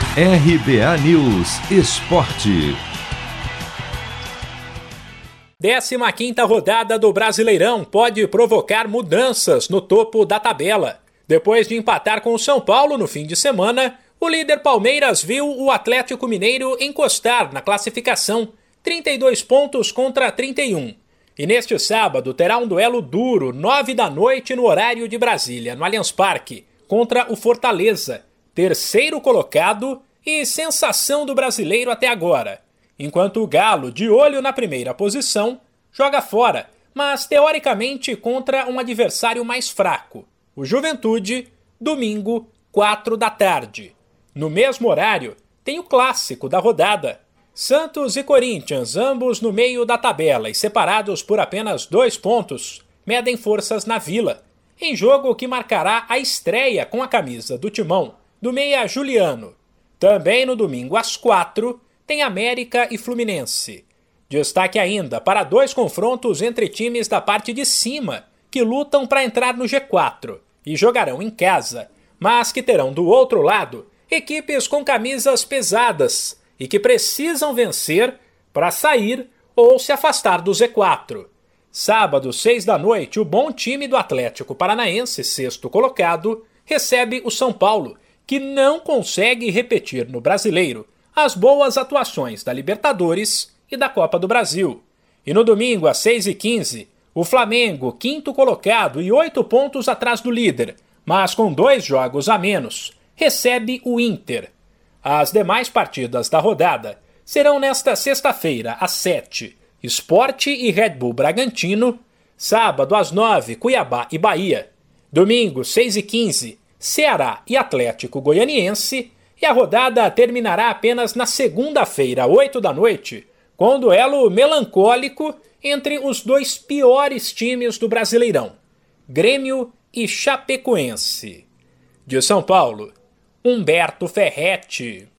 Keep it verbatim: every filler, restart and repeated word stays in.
R B A News Esporte. décima quinta rodada do Brasileirão pode provocar mudanças no topo da tabela. Depois de empatar com o São Paulo no fim de semana, o líder Palmeiras viu o Atlético Mineiro encostar na classificação, trinta e dois pontos contra trinta e um. E neste sábado terá um duelo duro, nove da noite no horário de Brasília, no Allianz Parque, contra o Fortaleza, terceiro colocado e sensação do brasileiro até agora. Enquanto o Galo, de olho na primeira posição, joga fora, mas teoricamente contra um adversário mais fraco, o Juventude, domingo, quatro da tarde. No mesmo horário, tem o clássico da rodada. Santos e Corinthians, ambos no meio da tabela e separados por apenas dois pontos, medem forças na Vila, em jogo que marcará a estreia com a camisa do Timão, do meia Juliano. Também no domingo às quatro, tem América e Fluminense. Destaque ainda para dois confrontos entre times da parte de cima, que lutam para entrar no G quatro e jogarão em casa, mas que terão do outro lado equipes com camisas pesadas e que precisam vencer para sair ou se afastar do Z quatro. Sábado, seis da noite, o bom time do Atlético Paranaense, sexto colocado, recebe o São Paulo, que não consegue repetir no Brasileiro as boas atuações da Libertadores e da Copa do Brasil. E no domingo, às seis e quinze, o Flamengo, quinto colocado e oito pontos atrás do líder, mas com dois jogos a menos, recebe o Inter. As demais partidas da rodada serão nesta sexta-feira, às sete, Sport e Red Bull Bragantino, sábado, às nove, Cuiabá e Bahia, domingo, seis e quinze, Ceará e Atlético Goianiense, e a rodada terminará apenas na segunda-feira, oito da noite, com um duelo melancólico entre os dois piores times do Brasileirão, Grêmio e Chapecoense. De São Paulo, Humberto Ferretti.